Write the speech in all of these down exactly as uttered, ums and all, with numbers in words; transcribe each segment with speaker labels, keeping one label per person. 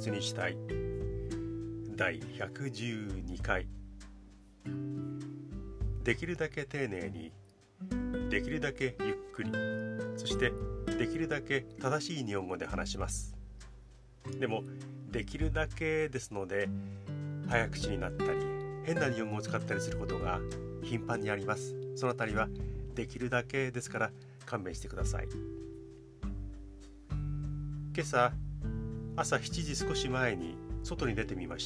Speaker 1: 切にしたいだいひゃくじゅうにかい。できるだけ丁寧に、できるだけゆっくり、そしてできるだけ正しい日本語で話します。でもできるだけですので早口になったり変な日本語を使ったりすることが頻繁にあります。そのあたりはできるだけですから勘弁してください。今朝朝しちじ少し前に外に出てみました。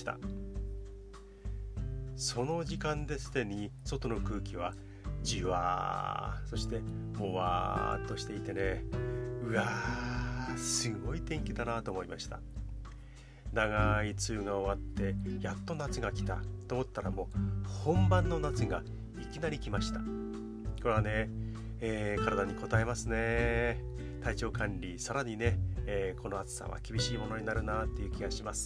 Speaker 1: その時間ですでに外の空気はじわー、そしてもわーっとしていてね、うわーすごい天気だなと思いました。長い梅雨が終わってやっと夏が来たと思ったら、もう本番の夏がいきなり来ました。これはね、えー、体に応えますね。体調管理、さらにね、えー、この暑さは厳しいものになるなっていう気がします。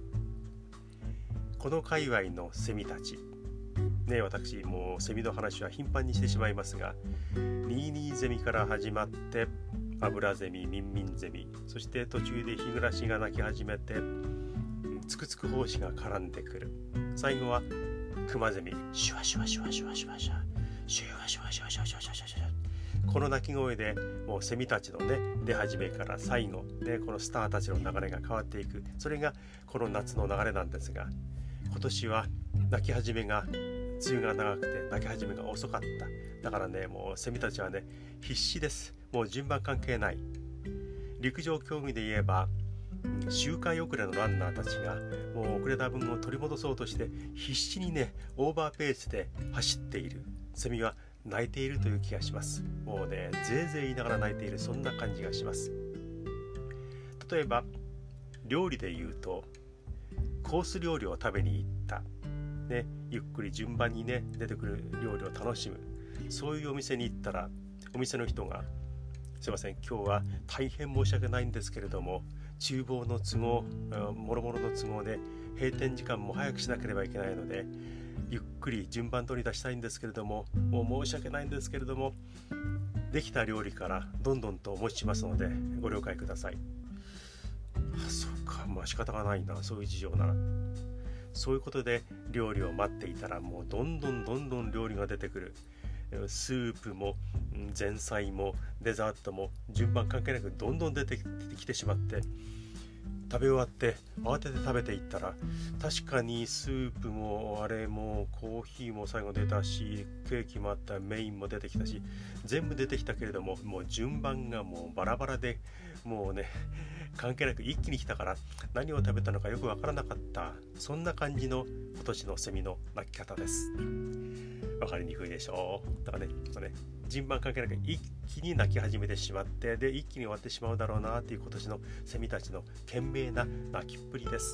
Speaker 1: この界隈のセミたちね、私もうセミの話は頻繁にしてしまいますが、ニーニーゼミから始まってアブラゼミ、ミンミンゼミ、そして途中でヒグラシが鳴き始めてツクツク胞子が絡んでくる、最後はクマゼミ、シュワシュワシュワシュワシュワシュワシュワシュワシュワシュワシュワシュワシュワシュワ、この鳴き声でもうセミたちのね出始めから最後、ね、このスターたちの流れが変わっていく、それがこの夏の流れなんですが、今年は鳴き始めが梅雨が長くて鳴き始めが遅かった。だからね、もうセミたちはね必死です。もう順番関係ない。陸上競技で言えば周回遅れのランナーたちがもう遅れた分を取り戻そうとして必死にねオーバーペースで走っている。セミは泣いているという気がします。もうねぜいぜい言いながら泣いている、そんな感じがします。例えば料理で言うとコース料理を食べに行ったね、ゆっくり順番にね出てくる料理を楽しむ、そういうお店に行ったらお店の人が、すいません今日は大変申し訳ないんですけれども厨房の都合、もろもろの都合で閉店時間も早くしなければいけないのでゆっくり順番通り出したいんですけれども、もう申し訳ないんですけれどもできた料理からどんどんとお持ちしますのでご了解ください。あ、そうか、まあ仕方がないな、そういう事情なら。そういうことで料理を待っていたらもうどんどんどんどん料理が出てくる。スープも前菜もデザートも順番関係なくどんどん出てきてしまって、食べ終わって慌てて食べていったら確かにスープもあれもコーヒーも最後出たし、ケーキもあった、メインも出てきたし、全部出てきたけれどももう順番がもうバラバラで、もうね関係なく一気に来たから何を食べたのかよくわからなかった。そんな感じの今年のセミの鳴き方です。わかりにくいでしょう。だからね、ね順番関係なく一気に鳴き始めてしまって、で一気に終わってしまうだろうなっていう今年のセミたちの懸命な鳴きっぷりです。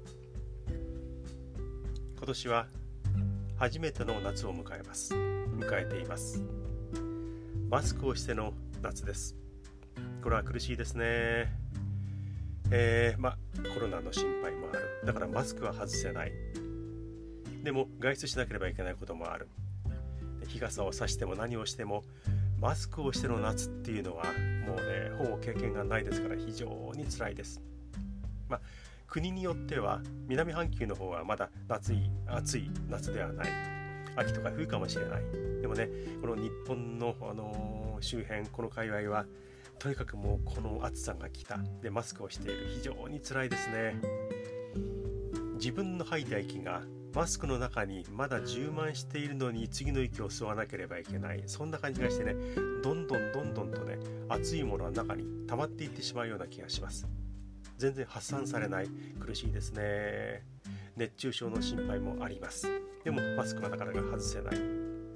Speaker 1: 今年は初めての夏を迎えます迎えています。マスクをしての夏です。これは苦しいですね。えー、まコロナの心配もある。だからマスクは外せない。でも外出しなければいけないこともある。日傘を差しても何をしてもマスクをしての夏っていうのはもうねほぼ経験がないですから非常に辛いです。まあ国によっては南半球の方はまだ夏い暑い夏ではない、秋とか冬かもしれない。でもねこの日本の、あのー、周辺この界隈はとにかくもうこの暑さが来たでマスクをしている。非常に辛いですね。自分の吐いた息がマスクの中にまだ充満しているのに次の息を吸わなければいけない、そんな感じがしてね、どんどんどんどんとね熱いものは中に溜まっていってしまうような気がします。全然発散されない。苦しいですね。熱中症の心配もあります。でもマスクはなかなか外せない。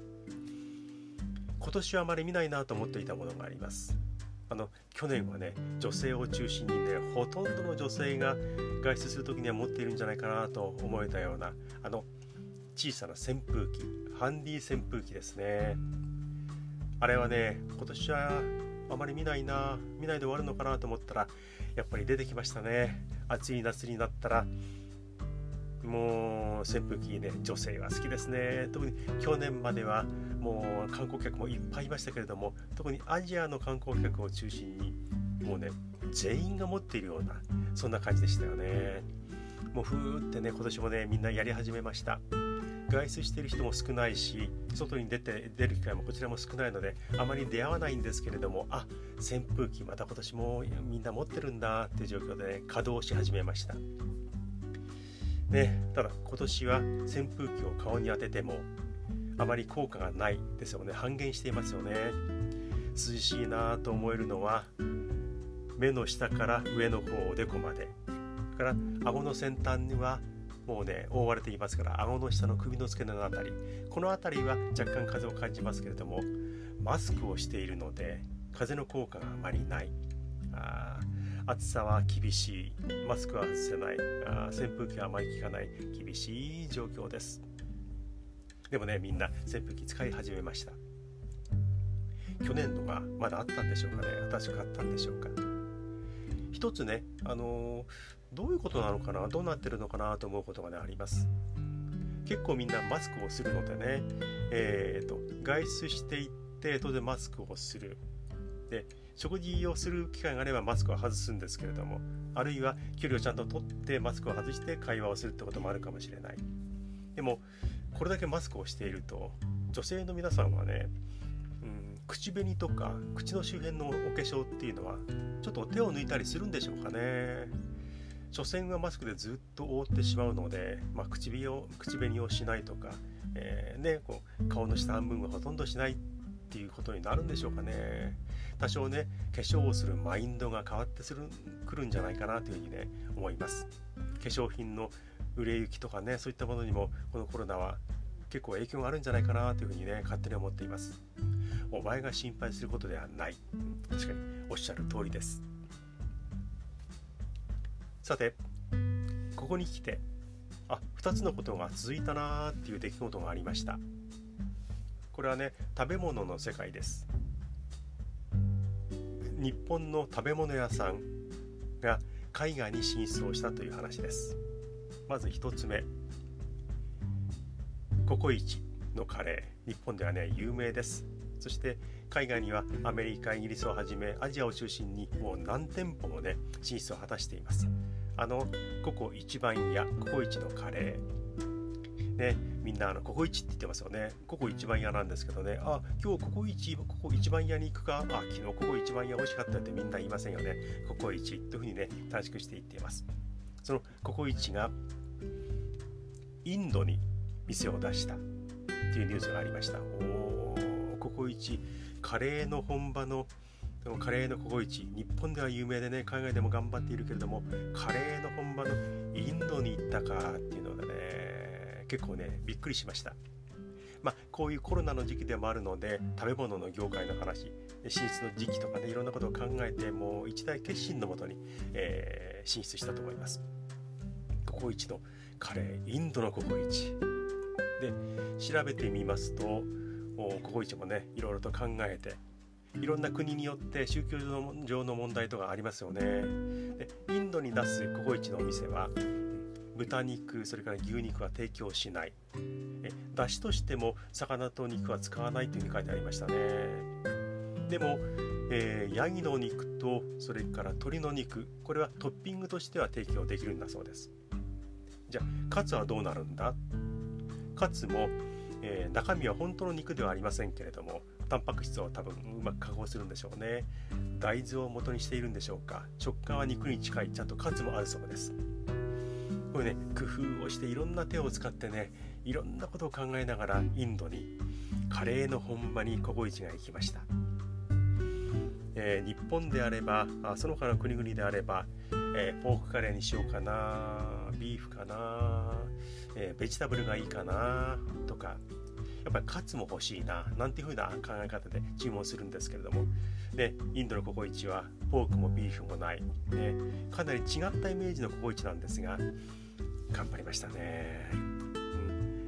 Speaker 1: 今年はあまり見ないなと思っていたものがあります。あの去年はね女性を中心にねほとんどの女性が外出するときには持っているんじゃないかなと思えたようなあの小さな扇風機、ハンディ扇風機ですね。あれはね今年はあまり見ないな見ないで終わるのかなと思ったらやっぱり出てきましたね。暑い夏になったらもう扇風機ね女性は好きですね。特に去年まではもう観光客もいっぱいいましたけれども、特にアジアの観光客を中心にもうね全員が持っているようなそんな感じでしたよね。もうふーってね今年もねみんなやり始めました。外出している人も少ないし、外に出て出る機会もこちらも少ないのであまり出会わないんですけれども、あ、扇風機また今年もみんな持ってるんだっていう状況で、ね、稼働し始めましたね。ただ今年は扇風機を顔に当ててもあまり効果がないですよね。半減していますよね。涼しいなと思えるのは目の下から上の方おでこまで、それから顎の先端にはもうね覆われていますから、顎の下の首の付け根のあたり、このあたりは若干風を感じますけれども、マスクをしているので風の効果があまりない。あ暑さは厳しい、マスクは外せない、あ扇風機はあまり効かない、厳しい状況です。でもねみんな扇風機使い始めました。去年のがまだあったんでしょうかね。新しくあったんでしょうか。一つね、あのー、どういうことなのかな、どうなってるのかなと思うことが、ね、あります。結構みんなマスクをするのでね、えーと、外出していって当然マスクをする。で、食事をする機会があればマスクを外すんですけれども、あるいは距離をちゃんと取ってマスクを外して会話をするってこともあるかもしれない。でもこれだけマスクをしていると女性の皆さんはね、うん、口紅とか口の周辺のお化粧っていうのはちょっと手を抜いたりするんでしょうかね。所詮はマスクでずっと覆ってしまうので、まあ、口紅を、口紅をしないとか、えーね、こう顔の下半分はほとんどしないっていうことになるんでしょうかね。多少ね化粧をするマインドが変わってするくるんじゃないかなというふうにね思います。化粧品の売れ行きとかね、そういったものにもこのコロナは結構影響があるんじゃないかなというふうにね勝手に思っています。お前が心配することではない。確かにおっしゃる通りです。さてここに来てあふたつのことが続いたなっていう出来事がありました。これはね食べ物の世界です。日本の食べ物屋さんが海外に進出をしたという話です。まずひとつめ、ココイチのカレー、日本ではね有名です。そして海外にはアメリカ、イギリスをはじめアジアを中心にもう何店舗もね進出を果たしています。あのココ一番屋、ココイチのカレーね、みんなあのココイチって言ってますよね。ココ一番屋なんですけどね、あ、今日ココイチ、ココ一番屋に行くか、あ、昨日ココ一番屋美味しかったってみんな言いませんよね。ココイチというふうにね短縮して言っています。そのココイチがインドに店を出したっていうニュースがありました。おー、ココイチ、カレーの本場のカレーのココイチ、日本では有名でね海外でも頑張っているけれども、カレーの本場のインドに行ったかっていうのでね結構ねびっくりしました。まあこういうコロナの時期でもあるので食べ物の業界の話、進出の時期とかねいろんなことを考えてもう一大決心のもとに、えー、進出したと思います。ココイチのカレー、インドのココイチで調べてみますと、ココイチもねいろいろと考えて、いろんな国によって宗教上の問題とかありますよね。でインドに出すココイチのお店は豚肉、それから牛肉は提供しない、え出汁としても魚と肉は使わないというふうに書いてありましたね。でも、えー、ヤギの肉とそれから鶏の肉、これはトッピングとしては提供できるんだそうです。じゃあカツはどうなるんだ。カツも、えー、中身は本当の肉ではありませんけれども、タンパク質を多分うまく加工するんでしょうね。大豆を元にしているんでしょうか。食感は肉に近い、ちゃんとカツもあるそうです。これね工夫をしていろんな手を使ってねいろんなことを考えながらインドにカレーの本場にココイチが行きました。えー、日本であればあその他の国々であれば、えー、ポークカレーにしようかな、ビーフかな、えー、ベジタブルがいいかなとか、やっぱりカツも欲しいななんていう風な考え方で注文するんですけれども、ね、インドのココイチはポークもビーフもない、ね、かなり違ったイメージのココイチなんですが頑張りましたね、うん、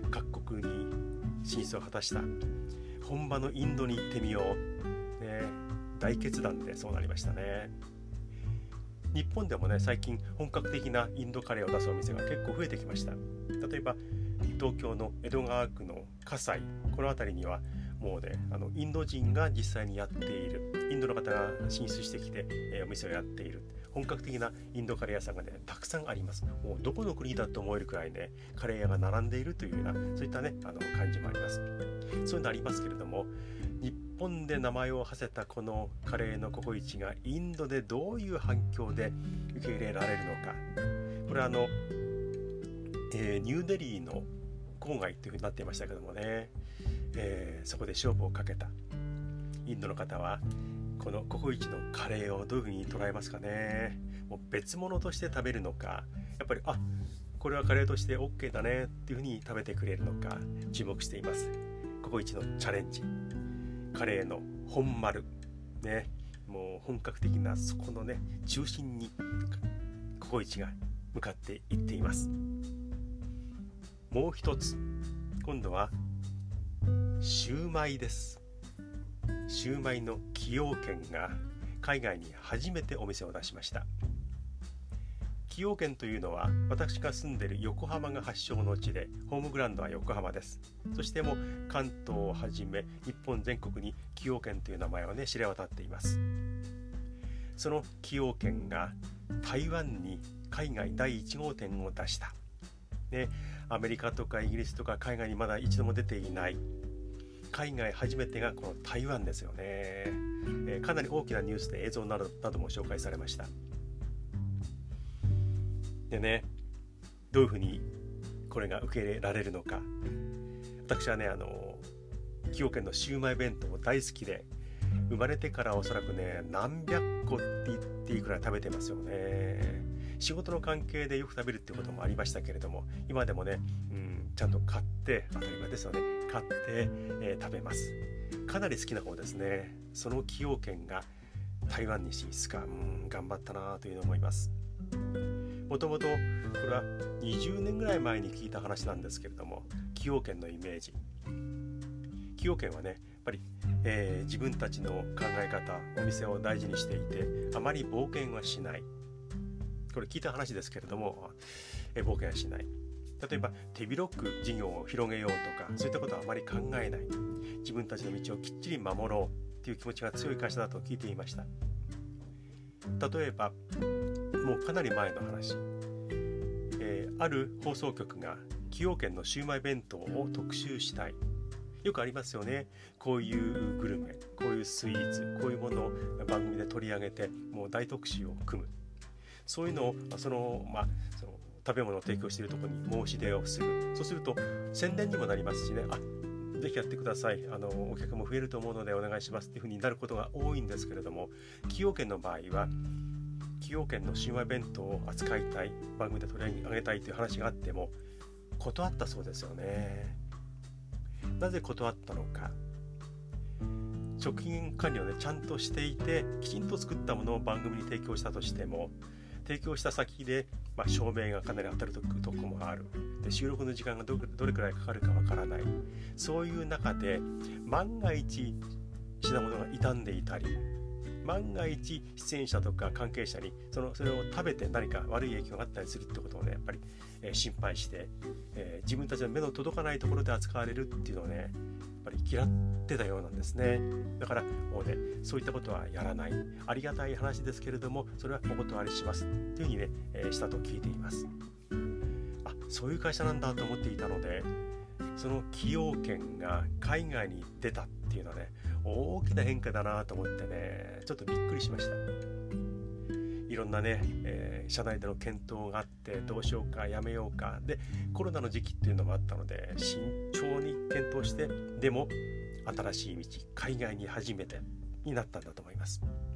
Speaker 1: 各国に進出を果たした本場のインドに行ってみよう、ね、大決断でそうなりましたね。日本でもね最近本格的なインドカレーを出すお店が結構増えてきました。例えば東京の江戸川区の葛西、この辺りにはもうねあのインド人が実際にやっている、インドの方が進出してきて、えー、お店をやっている本格的なインドカレー屋さんがねたくさんあります。もうどこの国だと思えるくらいねカレー屋が並んでいるというようなそういったねあの感じもあります。そういうのありますけれども、日本で名前を馳せたこのカレーのココイチがインドでどういう反響で受け入れられるのか、これはあの、えー、ニューデリーの郊外というふうになっていましたけどもね、えー、そこで勝負をかけたインドの方はこのココイチのカレーをどういうふうに捉えますかね。もう別物として食べるのか、やっぱりあこれはカレーとして OK だねっていうふうに食べてくれるのか注目しています。ココイチのチャレンジ、カレーの本丸ね、もう本格的なそこのね中心にココイチが向かっていっています。もう一つ、今度はシューマイです。シューマイの崎陽軒が海外に初めてお店を出しました。崎陽軒というのは私が住んでいる横浜が発祥の地で、ホームグラウンドは横浜です。そしてもう関東をはじめ日本全国に崎陽軒という名前はね知れ渡っています。その崎陽軒が台湾に海外だいいち号店を出した、ね、アメリカとかイギリスとか海外にまだ一度も出ていない海外初めてがこの台湾ですよね、えー、かなり大きなニュースで映像など、なども紹介されました。でね、どういうふうにこれが受け入れられるのか。私はねあの崎陽軒のシウマイ弁当大好きで、生まれてからおそらくね何百個って言っていいくらい食べてますよね。仕事の関係でよく食べるっていうこともありましたけれども、今でもね、うん、ちゃんと買って当たり前ですよね買って、えー、食べます。かなり好きな方ですね。その崎陽軒が台湾に進出か、うん頑張ったなというのを思います。もともとこれはにじゅうねんぐらい前に聞いた話なんですけれども、崎陽軒のイメージ、崎陽軒はねやっぱり、えー、自分たちの考え方お店を大事にしていて、あまり冒険はしない、これ聞いた話ですけれども、えー、冒険はしない。例えば手広く事業を広げようとかそういったことはあまり考えない、自分たちの道をきっちり守ろうという気持ちが強い会社だと聞いていました。例えばもうかなり前の話、えー、ある放送局が崎陽軒のシウマイ弁当を特集したい。よくありますよね。こういうグルメ、こういうスイーツ、こういうものを番組で取り上げてもう大特集を組む。そういうのをその、まあ、その食べ物を提供しているところに申し出をする。そうすると宣伝にもなりますしね、あぜひやってください、あのお客も増えると思うのでお願いしますっていうふうになることが多いんですけれども、崎陽軒の場合は崎陽軒のシウマイ弁当を扱いたい、番組で取り上げたいという話があっても断ったそうですよね。なぜ断ったのか。食品管理をねちゃんとしていてきちんと作ったものを番組に提供したとしても、提供した先で、まあ、照明がかなり当たるとこもある。で収録の時間が ど, どれくらいかかるかわからない。そういう中で万が一品物が傷んでいたり、万が一出演者とか関係者にそのそれを食べて何か悪い影響があったりするってことをねやっぱり、えー、心配して、えー、自分たちの目の届かないところで扱われるっていうのをねやっぱり嫌ってたようなんですね。だからもうねそういったことはやらない、ありがたい話ですけれどもそれはお断りしますっていうふうにね、えー、したと聞いています。あ、そういう会社なんだと思っていたので、その崎陽軒が海外に出たっていうのはね大きな変化だなと思ってねちょっとびっくりしました。いろんなね、えー、社内での検討があってどうしようかやめようかで、コロナの時期っていうのもあったので慎重に検討して、でも新しい道海外に初めてになったんだと思います。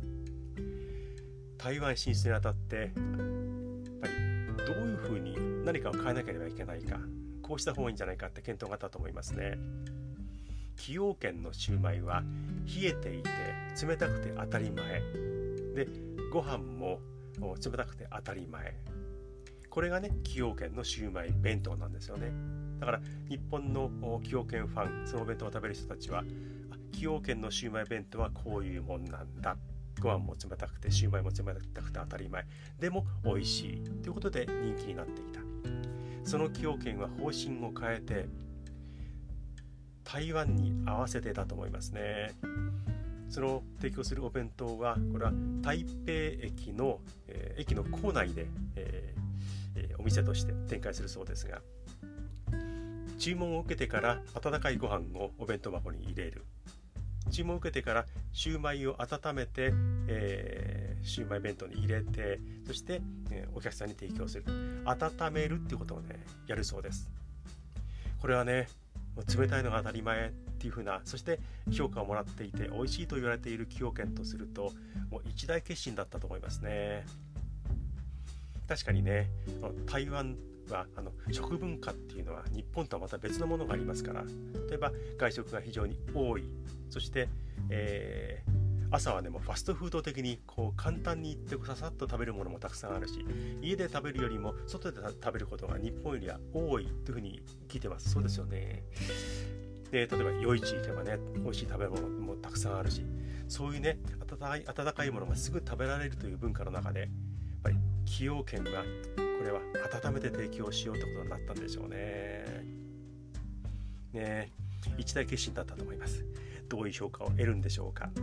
Speaker 1: 台湾進出にあたってやっぱりどういうふうに何かを変えなければいけないか、こうした方がいいんじゃないかって検討があったと思いますね。崎陽軒のシウマイは冷えていて冷たくて当たり前で、ご飯も冷たくて当たり前、これがね崎陽軒のシウマイ弁当なんですよね。だから日本の崎陽軒ファン、その弁当を食べる人たちは崎陽軒のシウマイ弁当はこういうもんなんだ、ご飯も冷たくてシウマイも冷たくて当たり前でも美味しいということで人気になっていた。その崎陽軒は方針を変えて台湾に合わせてだと思いますね。その提供するお弁当はこれは台北駅の、えー、駅の構内で、えーえー、お店として展開するそうですが、注文を受けてから温かいご飯をお弁当箱に入れる、注文を受けてからシューマイを温めて、えー、シューマイ弁当に入れて、そして、えー、お客さんに提供する、温めるっていうことをねやるそうです。これはね冷たいのが当たり前っていう風な、そして評価をもらっていて美味しいと言われている崎陽軒とするともう一大決心だったと思いますね。確かにね、台湾はあの食文化っていうのは日本とはまた別のものがありますから、例えば外食が非常に多い、そして、えー、朝はねもうファストフード的にこう簡単に行ってささっと食べるものもたくさんあるし、家で食べるよりも外で食べることが日本よりは多いというふうに聞いてます。そうですよね。で例えば夜市行けばね美味しい食べ物もたくさんあるし、そういうね温かい、温かいものがすぐ食べられるという文化の中で、やっぱり崎陽軒はこれは温めて提供しようということになったんでしょうね。ね一大決心だったと思います。どういう評価を得るんでしょうか。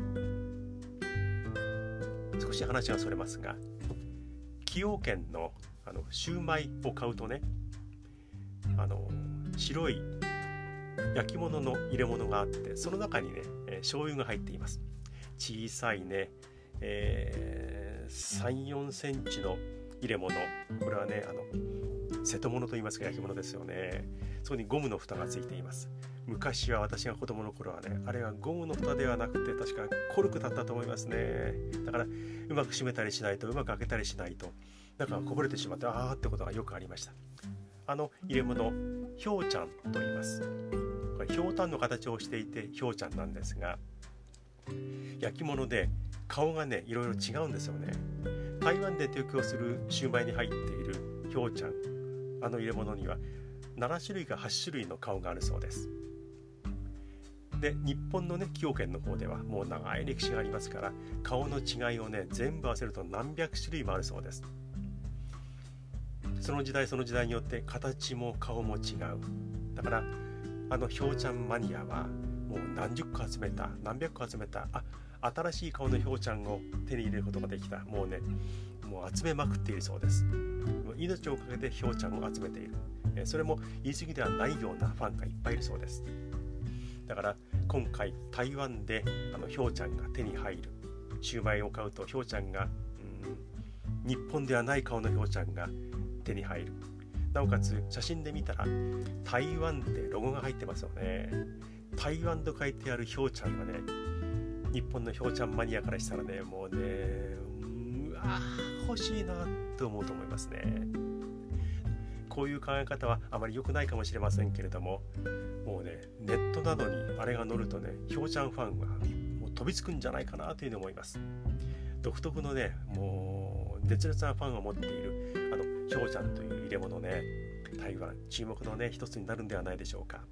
Speaker 1: 少し話がそれますが、崎陽軒のあのシューマイを買うとね、あの白い焼き物の入れ物があって、その中にね、えー、醤油が入っています。小さいね、えー、さん、よんセンチの入れ物、これはねあの瀬戸物といいますか焼き物ですよね。そこにゴムの蓋がついています。昔は私が子供の頃はね、あれはゴムの蓋ではなくて確かコルクだったと思いますね。だからうまく閉めたりしないと、うまく開けたりしないと中がこぼれてしまって、あーってことがよくありました。あの入れ物、ひょうちゃんと言います。これひょうたんの形をしていてひょうちゃんなんですが、焼き物で顔がねいろいろ違うんですよね。台湾で提供するシューマイに入っているひょうちゃん、あの入れ物にはななしゅるいかはちしゅるいの顔があるそうです。で日本のね崎陽軒の方ではもう長い歴史がありますから、顔の違いをね全部合わせると何百種類もあるそうです。その時代その時代によって形も顔も違う。だからあのひょうちゃんマニアはもう何十個集めた、何百個集めた、あ新しい顔のひょうちゃんを手に入れることができた、もうねもう集めまくっているそうです。命をかけてひょうちゃんを集めている。それも言い過ぎではないようなファンがいっぱいいるそうです。だから今回台湾であのひょうちゃんが手に入る、シューマイを買うとひょうちゃんが、うん、日本ではない顔のひょうちゃんが手に入る。なおかつ写真で見たら台湾ってロゴが入ってますよね。台湾と書いてあるひょうちゃんがね、日本のひょうちゃんマニアからしたらねもうねうわ欲しいなと思うと思いますね。こういう考え方はあまり良くないかもしれませんけれども、もうねネットなどにあれが載るとねひょうちゃんファンはもう飛びつくんじゃないかなというふうに思います。独特のねもう熱烈なファンを持っているあのひょうちゃんという入れ物ね、台湾注目のね一つになるんではないでしょうか。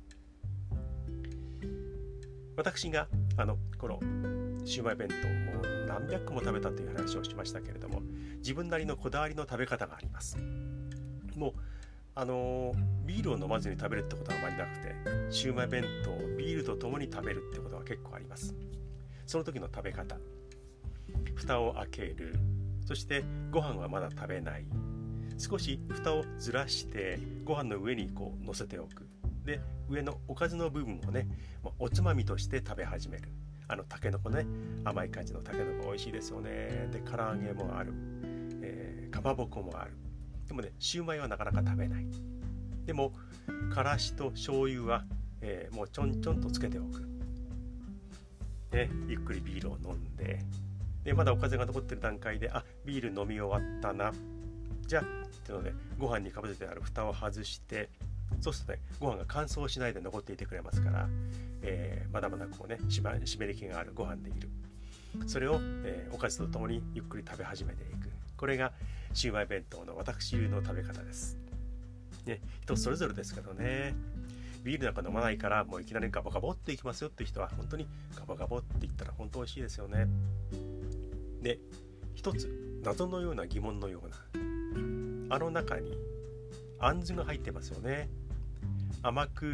Speaker 1: 私があのこのシューマイ弁当もう何百個も食べたという話をしましたけれども、自分なりのこだわりの食べ方があります。もうあのビールを飲まずに食べるってことはあまりなくて、シューマイ弁当をビールとともに食べるってことは結構あります。その時の食べ方、蓋を開ける、そしてご飯はまだ食べない、少し蓋をずらしてご飯の上にこう乗せておく。で上のおかずの部分をねおつまみとして食べ始める。あのたけのこね、甘い感じのたけのこ美味しいですよね。で唐揚げもある、えー、かまぼこもある。でもねシューマイはなかなか食べない。でもからしと醤油は、えー、もうちょんちょんとつけておく、ね、ゆっくりビールを飲んで、でまだおかずが残ってる段階で、あビール飲み終わったな、じゃあってのでご飯にかぶせてある蓋を外して、そうするとねご飯が乾燥しないで残っていてくれますから、えー、まだまだこうね湿り気があるご飯でいる。それを、えー、おかずとともにゆっくり食べ始めていく。これがシューマイ弁当の私流の食べ方です、ね、人それぞれですけどね。ビールなんか飲まないからもういきなりガボガボっていきますよっていう人は本当にガボガボって言ったら本当美味しいですよね。で一つ謎のような疑問のような、あの中にあんずが入ってますよね。甘く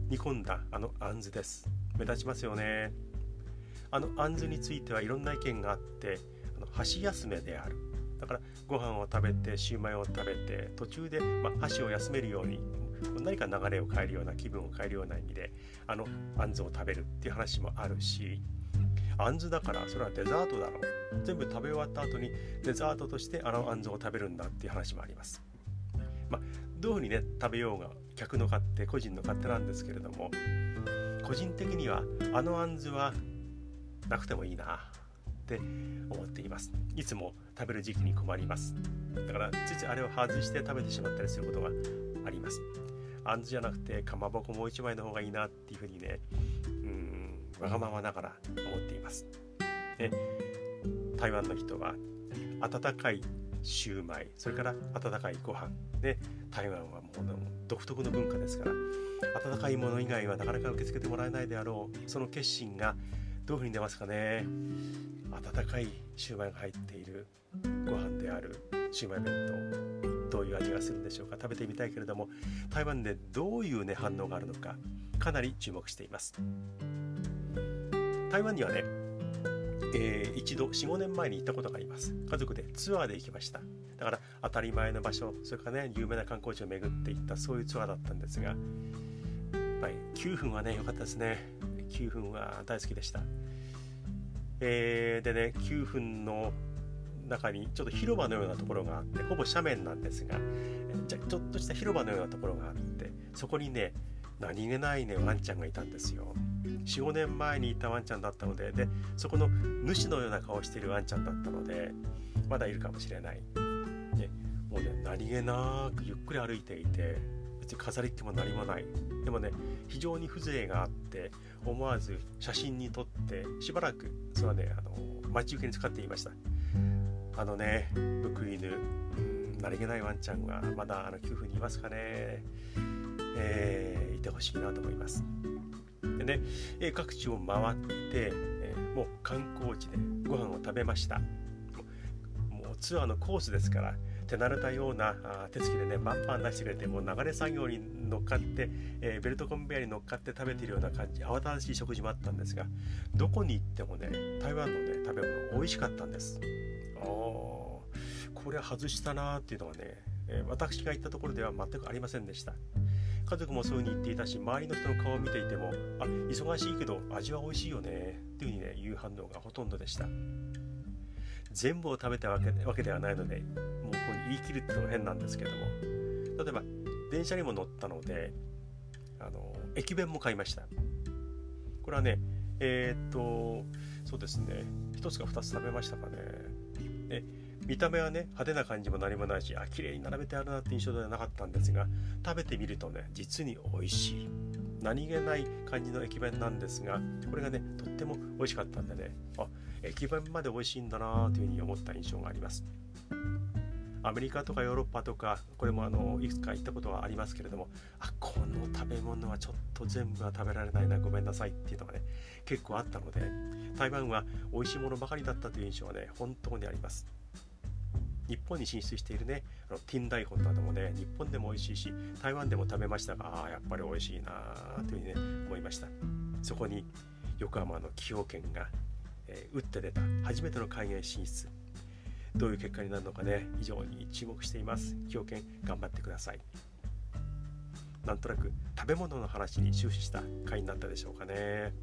Speaker 1: 煮込んだあのあんずです。目立ちますよね。あのあんずについてはいろんな意見があって、あの箸休めである。だからご飯を食べてシューマイを食べて途中で、まあ、箸を休めるように何か流れを変えるような気分を変えるような意味であのあんずを食べるっていう話もあるし、あんずだからそれはデザートだろう、全部食べ終わった後にデザートとしてあのあんずを食べるんだっていう話もあります。まあ、どういうふうにね食べようが客の勝手個人の勝手なんですけれども、個人的にはあのあんずはなくてもいいなって思っています。いつも食べる時期に困ります。だからついついあれを外して食べてしまったりすることがあります。あんずじゃなくてかまぼこもう一枚の方がいいなっていうふうにね、うーんわがままながら思っています。ね、台湾の人は温かいシューマイ、それから温かいご飯、ね、台湾はもう独特の文化ですから、温かいもの以外はなかなか受け付けてもらえないであろう、その決心がどういうふうに出ますかね。温かいシューマイが入っているご飯であるシューマイ弁当、どういう味がするんでしょうか。食べてみたいけれども、台湾でどういう、ね、反応があるのかかなり注目しています。台湾にはね、えー、一度 よん,ご 年前に行ったことがあります。家族でツアーで行きました。だから当たり前の場所、それからね有名な観光地を巡っていったそういうツアーだったんですが、やっぱりきゅうふんはね良かったですね。きゅうふんは大好きでした。えー、でねきゅうふんの中にちょっと広場のようなところがあって、ほぼ斜面なんですが、ちょっとした広場のようなところがあって、そこにね何気ないねワンちゃんがいたんですよ。 よん,ご 年前にいたワンちゃんだったので、でそこの主のような顔をしているワンちゃんだったのでまだいるかもしれない、ね、もうね何気なくゆっくり歩いていて、別に飾りっ気も何もない。でもね非常に風情があって、思わず写真に撮ってしばらくそれはねあの待ち受けに使っていました。あのね報い犬、うん、何気ないワンちゃんがまだあのきゅうふんにいますかね。えー、いてほしいなと思います。でね、えー、各地を回って、えー、もう観光地でご飯を食べました。もうツアーのコースですから、手慣れたようなあ手つきでねバンバン出してくれて、もう流れ作業に乗っかって、えー、ベルトコンベヤーに乗っかって食べているような感じ、慌ただしい食事もあったんですが、どこに行ってもね台湾のね食べ物美味しかったんです。あーこれは外したなーっていうのはね、えー、私が行ったところでは全くありませんでした。家族もそういう風に言っていたし、周りの人の顔を見ていても、あ、忙しいけど味は美味しいよねっていう風にね言う反応がほとんどでした。全部を食べたわけ、わけではないので、もうここに言い切るってのは変なんですけども、例えば電車にも乗ったので、あの駅弁も買いました。これはねえー、っとそうですね一つか二つ食べましたかね。で見た目はね派手な感じも何もないし、あ、綺麗に並べてあるなって印象ではなかったんですが、食べてみるとね実に美味しい、何気ない感じの駅弁なんですが、これがねとっても美味しかったんでね、あ、駅弁まで美味しいんだなというふうに思った印象があります。アメリカとかヨーロッパとか、これもあのいくつか行ったことはありますけれども、あ、この食べ物はちょっと全部は食べられないな、ごめんなさいっていうのがね結構あったので、台湾は美味しいものばかりだったという印象はね本当にあります。日本に進出しているねあのティンダイホンなどもね日本でも美味しいし、台湾でも食べましたが、あ、やっぱり美味しいなというふうにね思いました。そこに横浜の崎陽軒が、えー、打って出た初めての海外進出、どういう結果になるのかね非常に注目しています。崎陽軒頑張ってください。なんとなく食べ物の話に終始した回になったでしょうかね。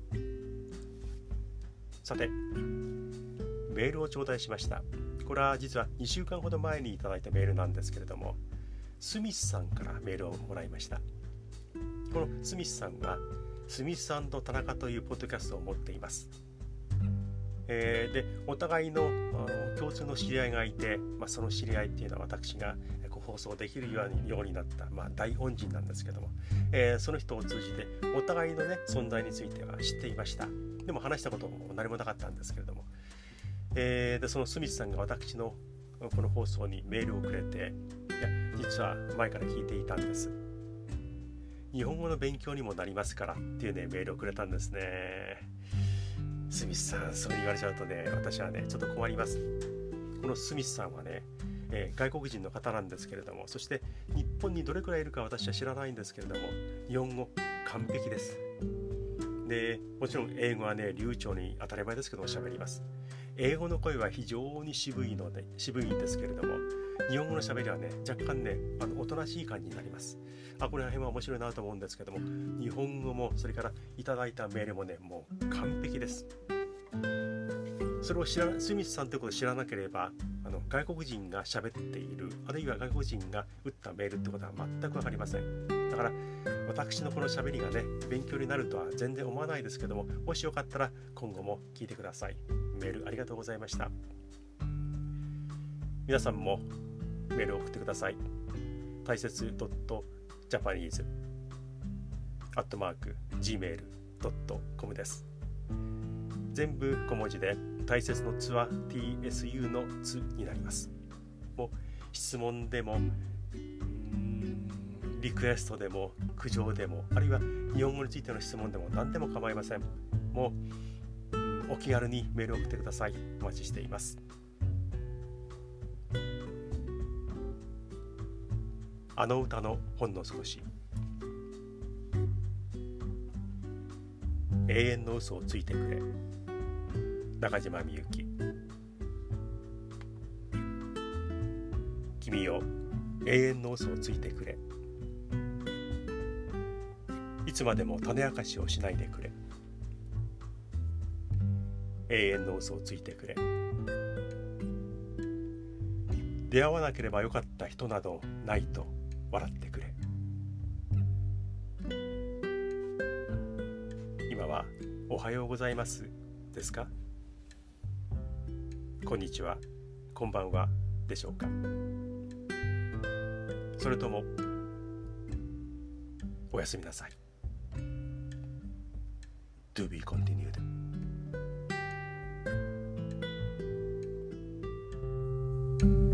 Speaker 1: さてメールを頂戴しました。これは実はにしゅうかんほど前にいただいたメールなんですけれども、スミスさんからメールをもらいました。このスミスさんはスミス&田中というポッドキャストを持っています。えー、でお互いの、あの共通の知り合いがいて、まあ、その知り合いっていうのは私がご放送できるように、ようになった、まあ、大恩人なんですけども、えー、その人を通じてお互いのね存在については知っていました。でも話したことも何もなかったんですけれども、えー、でそのスミスさんが私のこの放送にメールをくれて、いや実は前から聞いていたんです、日本語の勉強にもなりますからっていうねメールをくれたんですね。スミスさん、そう言われちゃうとね私はねちょっと困ります。このスミスさんはね、えー、外国人の方なんですけれども、そして日本にどれくらいいるか私は知らないんですけれども、日本語完璧です。でもちろん英語はね流暢に当たり前ですけども喋ります。英語の声は非常に渋いので渋いんですけれども、日本語の喋りはね若干ねあのおとなしい感じになります。あこれは面白いなと思うんですけども、日本語もそれからいただいたメールもねもう完璧です。それを知らスミスさんということを知らなければ、あの外国人が喋っている、あるいは外国人が打ったメールってことは全く分かりません。だから私のこの喋りがね勉強になるとは全然思わないですけども、もしよかったら今後も聞いてください。メールありがとうございました。皆さんもメールを送ってください。大切 .japanese アットマーク ジーメール ドットコム です。全部小文字で大切のつは ティーエスユー のつになります。もう質問でもリクエストでも苦情でも、あるいは日本語についての質問でも何でも構いません。もうお気軽にメールを送ってください。お待ちしています。あの歌のほんの少し。永遠の嘘をついてくれ、中島みゆき。君よ永遠の嘘をついてくれ、いつまでも種明かしをしないでくれ、永遠の嘘をついてくれ、出会わなければよかった人などないと笑ってくれ。今はおはようございますですか？こんにちは、こんばんはでしょうか？それともおやすみなさい。To be continued.